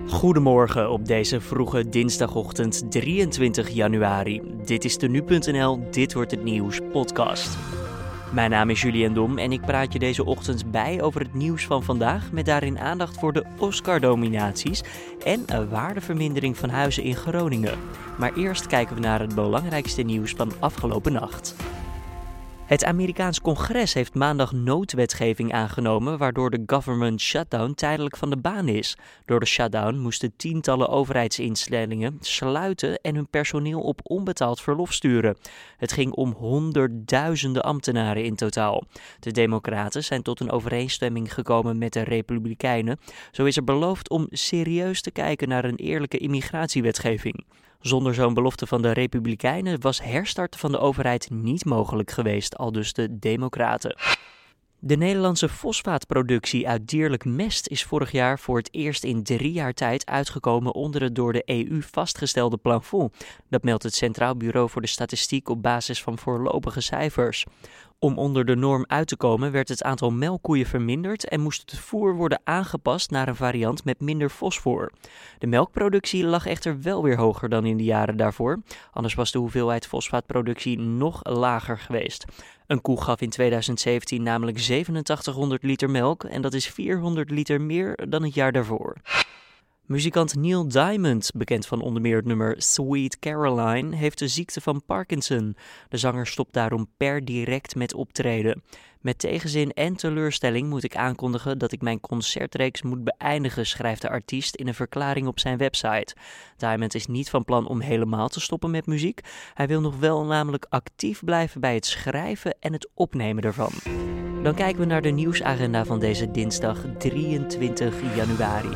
Goedemorgen op deze vroege dinsdagochtend 23 januari. Dit is de Nu.nl Dit Wordt Het Nieuws podcast. Mijn naam is Julien Dom en ik praat je deze ochtend bij over het nieuws van vandaag met daarin aandacht voor de Oscar-nominaties en een waardevermindering van huizen in Groningen. Maar eerst kijken we naar het belangrijkste nieuws van afgelopen nacht. Het Amerikaans Congres heeft maandag noodwetgeving aangenomen waardoor de government shutdown tijdelijk van de baan is. Door de shutdown moesten tientallen overheidsinstellingen sluiten en hun personeel op onbetaald verlof sturen. Het ging om honderdduizenden ambtenaren in totaal. De Democraten zijn tot een overeenstemming gekomen met de Republikeinen. Zo is er beloofd om serieus te kijken naar een eerlijke immigratiewetgeving. Zonder zo'n belofte van de Republikeinen was herstarten van de overheid niet mogelijk geweest, aldus de Democraten. De Nederlandse fosfaatproductie uit dierlijk mest is vorig jaar voor het eerst in 3 jaar tijd uitgekomen onder het door de EU vastgestelde plafond. Dat meldt het Centraal Bureau voor de Statistiek op basis van voorlopige cijfers. Om onder de norm uit te komen werd het aantal melkkoeien verminderd en moest het voer worden aangepast naar een variant met minder fosfor. De melkproductie lag echter wel weer hoger dan in de jaren daarvoor, anders was de hoeveelheid fosfaatproductie nog lager geweest. Een koe gaf in 2017 namelijk 8700 liter melk en dat is 400 liter meer dan het jaar daarvoor. Muzikant Neil Diamond, bekend van onder meer het nummer Sweet Caroline, heeft de ziekte van Parkinson. De zanger stopt daarom per direct met optreden. Met tegenzin en teleurstelling moet ik aankondigen dat ik mijn concertreeks moet beëindigen, schrijft de artiest in een verklaring op zijn website. Diamond is niet van plan om helemaal te stoppen met muziek. Hij wil nog wel namelijk actief blijven bij het schrijven en het opnemen ervan. Dan kijken we naar de nieuwsagenda van deze dinsdag 23 januari.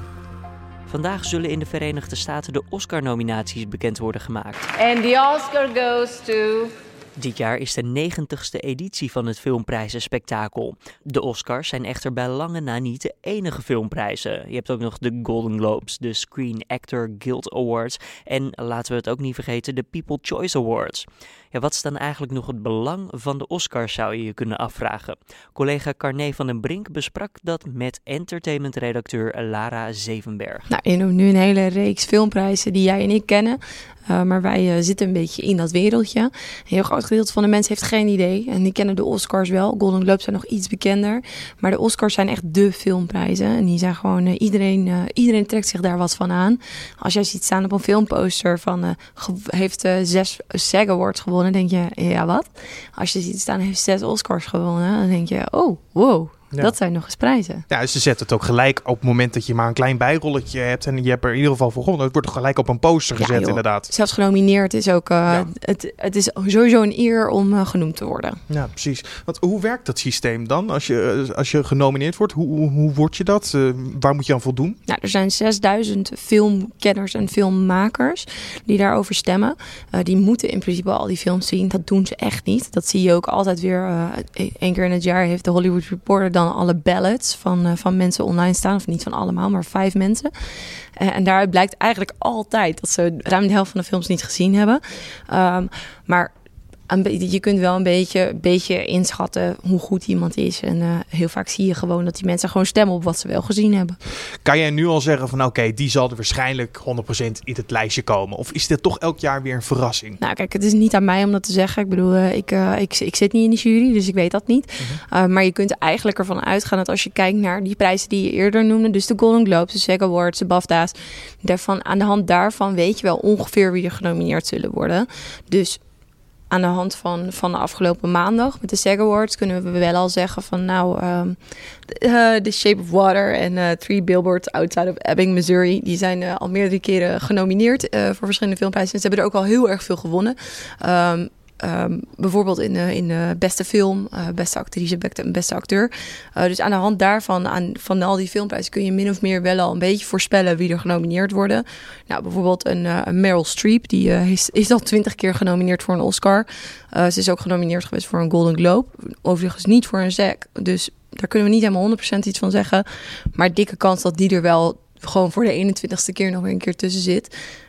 Vandaag zullen in de Verenigde Staten de Oscar-nominaties bekend worden gemaakt. And the Oscar goes to... Dit jaar is de 90ste editie van het filmprijzenspektakel. De Oscars zijn echter bij lange na niet de enige filmprijzen. Je hebt ook nog de Golden Globes, de Screen Actor Guild Awards en laten we het ook niet vergeten, de People Choice Awards. Ja, wat is dan eigenlijk nog het belang van de Oscars, zou je je kunnen afvragen. Collega Carné van den Brink besprak dat met entertainmentredacteur Lara Zevenberg. Nou, je noemt nu een hele reeks filmprijzen die jij en ik kennen. Maar wij zitten een beetje in dat wereldje. Een heel groot gedeelte van de mensen heeft geen idee. En die kennen de Oscars wel. Golden Globes zijn nog iets bekender. Maar de Oscars zijn echt de filmprijzen. En die zijn gewoon, iedereen trekt zich daar wat van aan. Als jij ziet staan op een filmposter van heeft 6 SAG Awards gewonnen, denk je, ja wat? Als je ziet staan heeft 6 Oscars gewonnen, dan denk je, oh, wow. Ja. Dat zijn nog eens prijzen. Ja, ze zetten het ook gelijk op het moment dat je maar een klein bijrolletje hebt en je hebt er in ieder geval voor gewonnen. Het wordt gelijk op een poster gezet, joh, inderdaad. Zelfs genomineerd is ook, het is sowieso een eer om genoemd te worden. Ja, precies. Want hoe werkt dat systeem dan? Als je genomineerd wordt, hoe word je dat? Waar moet je aan voldoen? Nou, er zijn 6000 filmkenners en filmmakers die daarover stemmen. Die moeten in principe al die films zien. Dat doen ze echt niet. Dat zie je ook altijd weer. 1 keer in het jaar heeft de Hollywood Reporter dan alle ballots van mensen online staan. Of niet van allemaal, maar 5 mensen. En daaruit blijkt eigenlijk altijd dat ze ruim de helft van de films niet gezien hebben. Maar je kunt wel een beetje inschatten hoe goed iemand is. En heel vaak zie je gewoon dat die mensen gewoon stemmen op wat ze wel gezien hebben. Kan jij nu al zeggen van oké, die zal er waarschijnlijk 100% in het lijstje komen? Of is dit toch elk jaar weer een verrassing? Nou kijk, het is niet aan mij om dat te zeggen. Ik bedoel, ik zit niet in de jury, dus ik weet dat niet. Mm-hmm. Maar je kunt er eigenlijk ervan uitgaan dat als je kijkt naar die prijzen die je eerder noemde, dus de Golden Globes, de SAG Awards, de BAFTA's, aan de hand daarvan weet je wel ongeveer wie er genomineerd zullen worden. Dus aan de hand van de afgelopen maandag met de SAG Awards kunnen we wel al zeggen van The Shape of Water en 3 Billboards Outside of Ebbing, Missouri, die zijn al meerdere keren genomineerd voor verschillende filmprijzen. Ze hebben er ook al heel erg veel gewonnen. Bijvoorbeeld in de beste film, beste actrice, beste acteur. Dus aan de hand daarvan, van al die filmprijzen, kun je min of meer wel al een beetje voorspellen wie er genomineerd worden. Nou, bijvoorbeeld een Meryl Streep, die is al 20 keer genomineerd voor een Oscar. Ze is ook genomineerd geweest voor een Golden Globe. Overigens niet voor een SAG. Dus daar kunnen we niet helemaal 100% iets van zeggen. Maar dikke kans dat die er wel gewoon voor de 21ste keer nog weer een keer tussen zit.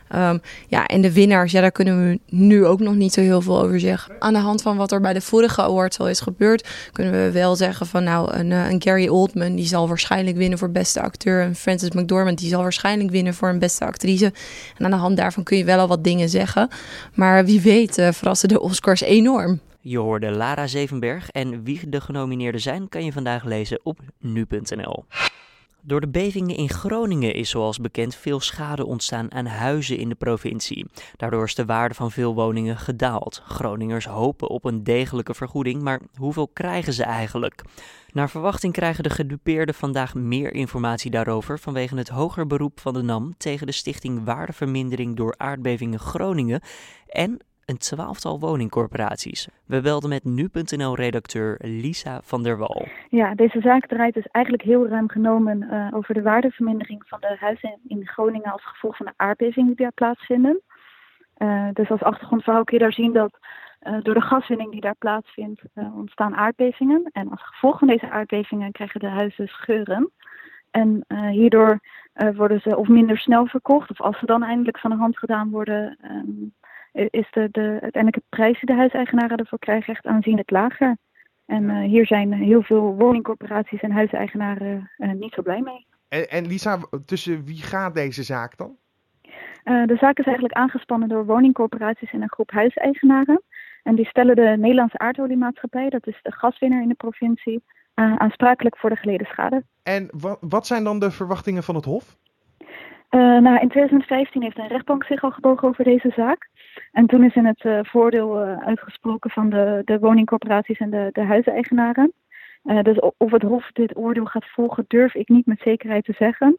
En de winnaars, daar kunnen we nu ook nog niet zo heel veel over zeggen. Aan de hand van wat er bij de vorige awards al is gebeurd, kunnen we wel zeggen van een Gary Oldman, die zal waarschijnlijk winnen voor beste acteur. En Frances McDormand, die zal waarschijnlijk winnen voor een beste actrice. En aan de hand daarvan kun je wel al wat dingen zeggen. Maar wie weet verrassen de Oscars enorm. Je hoorde Lara Zevenberg en wie de genomineerden zijn kan je vandaag lezen op nu.nl. Door de bevingen in Groningen is zoals bekend veel schade ontstaan aan huizen in de provincie. Daardoor is de waarde van veel woningen gedaald. Groningers hopen op een degelijke vergoeding, maar hoeveel krijgen ze eigenlijk? Naar verwachting krijgen de gedupeerden vandaag meer informatie daarover vanwege het hoger beroep van de NAM tegen de Stichting Waardevermindering door Aardbevingen Groningen en een 12-tal woningcorporaties. We belden met nu.nl-redacteur Lisa van der Wal. Ja, deze zaak draait dus eigenlijk heel ruim genomen over de waardevermindering van de huizen in Groningen als gevolg van de aardbevingen die daar plaatsvinden. Dus als achtergrondverhaal kun je daar zien dat door de gaswinning die daar plaatsvindt ontstaan aardbevingen. En als gevolg van deze aardbevingen krijgen de huizen scheuren. En hierdoor worden ze of minder snel verkocht, of als ze dan eindelijk van de hand gedaan worden, is de uiteindelijke prijs die de huiseigenaren ervoor krijgen echt aanzienlijk lager. En hier zijn heel veel woningcorporaties en huiseigenaren niet zo blij mee. En Lisa, tussen wie gaat deze zaak dan? De zaak is eigenlijk aangespannen door woningcorporaties en een groep huiseigenaren. En die stellen de Nederlandse Aardoliemaatschappij, dat is de gaswinner in de provincie, aansprakelijk voor de geleden schade. En wat zijn dan de verwachtingen van het Hof? In 2015 heeft een rechtbank zich al gebogen over deze zaak. En toen is in het voordeel uitgesproken van de woningcorporaties en de huiseigenaren. Dus of het Hof dit oordeel gaat volgen, durf ik niet met zekerheid te zeggen.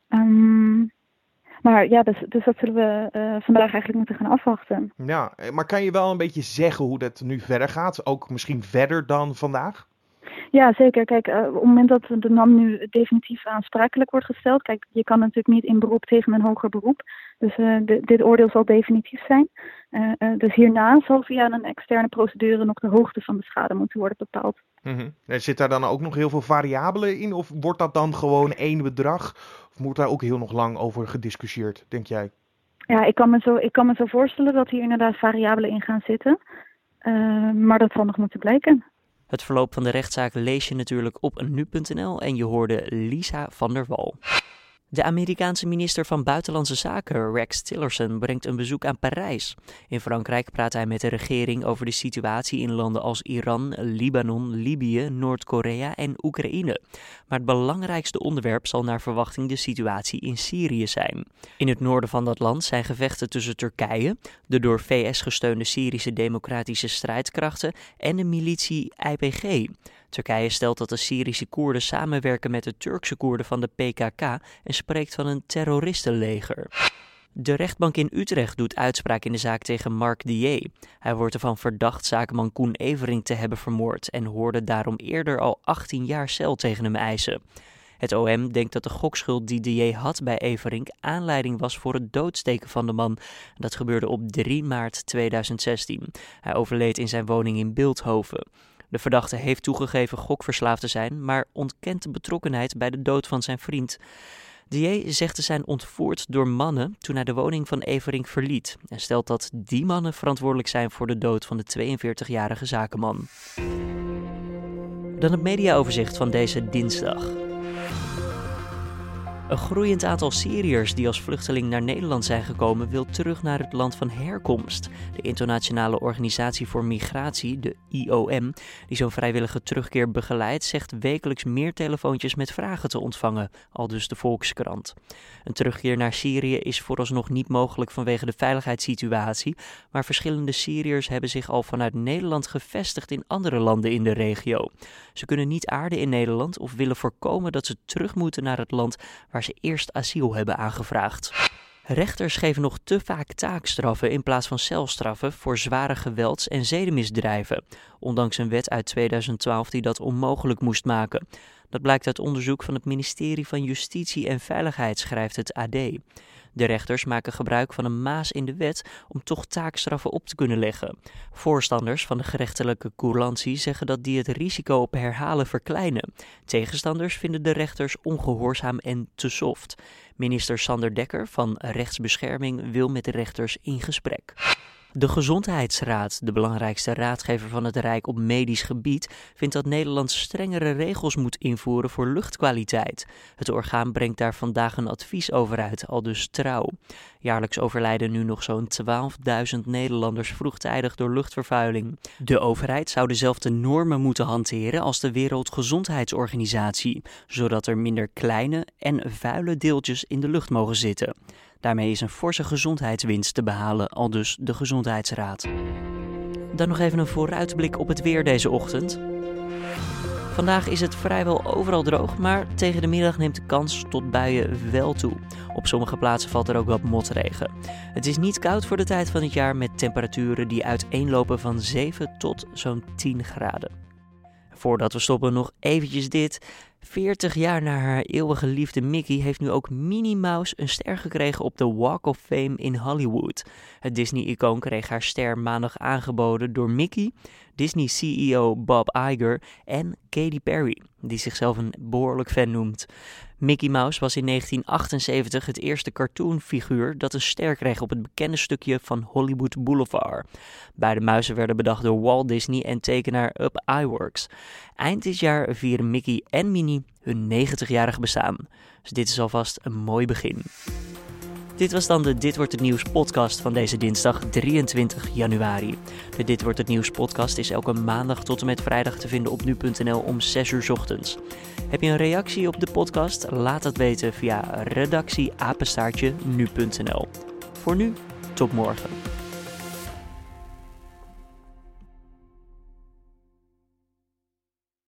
Maar ja, dus dat zullen we vandaag eigenlijk moeten gaan afwachten. Ja, maar kan je wel een beetje zeggen hoe dat nu verder gaat? Ook misschien verder dan vandaag? Ja, zeker. Kijk, op het moment dat de NAM nu definitief aansprakelijk wordt gesteld, kijk, je kan natuurlijk niet in beroep tegen een hoger beroep. Dus dit oordeel zal definitief zijn. Dus hierna zal via een externe procedure nog de hoogte van de schade moeten worden bepaald. Mm-hmm. Zit daar dan ook nog heel veel variabelen in? Of wordt dat dan gewoon één bedrag? Of moet daar ook heel nog lang over gediscussieerd, denk jij? Ja, ik kan me zo voorstellen dat hier inderdaad variabelen in gaan zitten. Maar dat zal nog moeten blijken. Het verloop van de rechtszaak lees je natuurlijk op nu.nl en je hoorde Lisa van der Wal. De Amerikaanse minister van Buitenlandse Zaken, Rex Tillerson, brengt een bezoek aan Parijs. In Frankrijk praat hij met de regering over de situatie in landen als Iran, Libanon, Libië, Noord-Korea en Oekraïne. Maar het belangrijkste onderwerp zal naar verwachting de situatie in Syrië zijn. In het noorden van dat land zijn gevechten tussen Turkije, de door VS gesteunde Syrische Democratische Strijdkrachten en de militie YPG. Turkije stelt dat de Syrische Koerden samenwerken met de Turkse Koerden van de PKK en spreekt van een terroristenleger. De rechtbank in Utrecht doet uitspraak in de zaak tegen Mark Dier. Hij wordt ervan verdacht zakenman Koen Everink te hebben vermoord en hoorde daarom eerder al 18 jaar cel tegen hem eisen. Het OM denkt dat de gokschuld die Dier had bij Everink aanleiding was voor het doodsteken van de man. Dat gebeurde op 3 maart 2016. Hij overleed in zijn woning in Bilthoven. De verdachte heeft toegegeven gokverslaafd te zijn, maar ontkent de betrokkenheid bij de dood van zijn vriend. Dier zegt te zijn ontvoerd door mannen toen hij de woning van Everink verliet en stelt dat die mannen verantwoordelijk zijn voor de dood van de 42-jarige zakenman. Dan het mediaoverzicht van deze dinsdag. Een groeiend aantal Syriërs die als vluchteling naar Nederland zijn gekomen wil terug naar het land van herkomst. De Internationale Organisatie voor Migratie, de IOM, die zo'n vrijwillige terugkeer begeleidt, zegt wekelijks meer telefoontjes met vragen te ontvangen, aldus de Volkskrant. Een terugkeer naar Syrië is vooralsnog niet mogelijk vanwege de veiligheidssituatie, maar verschillende Syriërs hebben zich al vanuit Nederland gevestigd in andere landen in de regio. Ze kunnen niet aarden in Nederland of willen voorkomen dat ze terug moeten naar het land waar ze eerst asiel hebben aangevraagd. Rechters geven nog te vaak taakstraffen in plaats van celstraffen voor zware gewelds- en zedenmisdrijven, ondanks een wet uit 2012 die dat onmogelijk moest maken. Dat blijkt uit onderzoek van het ministerie van Justitie en Veiligheid, schrijft het AD. De rechters maken gebruik van een maas in de wet om toch taakstraffen op te kunnen leggen. Voorstanders van de gerechtelijke courantie zeggen dat die het risico op herhalen verkleinen. Tegenstanders vinden de rechters ongehoorzaam en te soft. Minister Sander Dekker van Rechtsbescherming wil met de rechters in gesprek. De Gezondheidsraad, de belangrijkste raadgever van het Rijk op medisch gebied, vindt dat Nederland strengere regels moet invoeren voor luchtkwaliteit. Het orgaan brengt daar vandaag een advies over uit, aldus Trouw. Jaarlijks overlijden nu nog zo'n 12.000 Nederlanders vroegtijdig door luchtvervuiling. De overheid zou dezelfde normen moeten hanteren als de Wereldgezondheidsorganisatie, zodat er minder kleine en vuile deeltjes in de lucht mogen zitten. Daarmee is een forse gezondheidswinst te behalen, aldus de Gezondheidsraad. Dan nog even een vooruitblik op het weer deze ochtend. Vandaag is het vrijwel overal droog, maar tegen de middag neemt de kans tot buien wel toe. Op sommige plaatsen valt er ook wat motregen. Het is niet koud voor de tijd van het jaar met temperaturen die uiteenlopen van 7 tot zo'n 10 graden. Voordat we stoppen nog eventjes dit. 40 jaar na haar eeuwige liefde Mickey heeft nu ook Minnie Mouse een ster gekregen op de Walk of Fame in Hollywood. Het Disney-icoon kreeg haar ster maandag aangeboden door Mickey, Disney-CEO Bob Iger en Katy Perry, die zichzelf een behoorlijk fan noemt. Mickey Mouse was in 1978 het eerste cartoonfiguur dat een ster kreeg op het bekende stukje van Hollywood Boulevard. Beide muizen werden bedacht door Walt Disney en tekenaar Ub Iwerks. Eind dit jaar vieren Mickey en Minnie hun 90-jarig bestaan. Dus dit is alvast een mooi begin. Dit was dan de Dit Wordt Het Nieuws podcast van deze dinsdag 23 januari. De Dit Wordt Het Nieuws podcast is elke maandag tot en met vrijdag te vinden op nu.nl om 6 uur 's ochtends. Heb je een reactie op de podcast? Laat dat weten via redactie@nu.nl. Voor nu, tot morgen.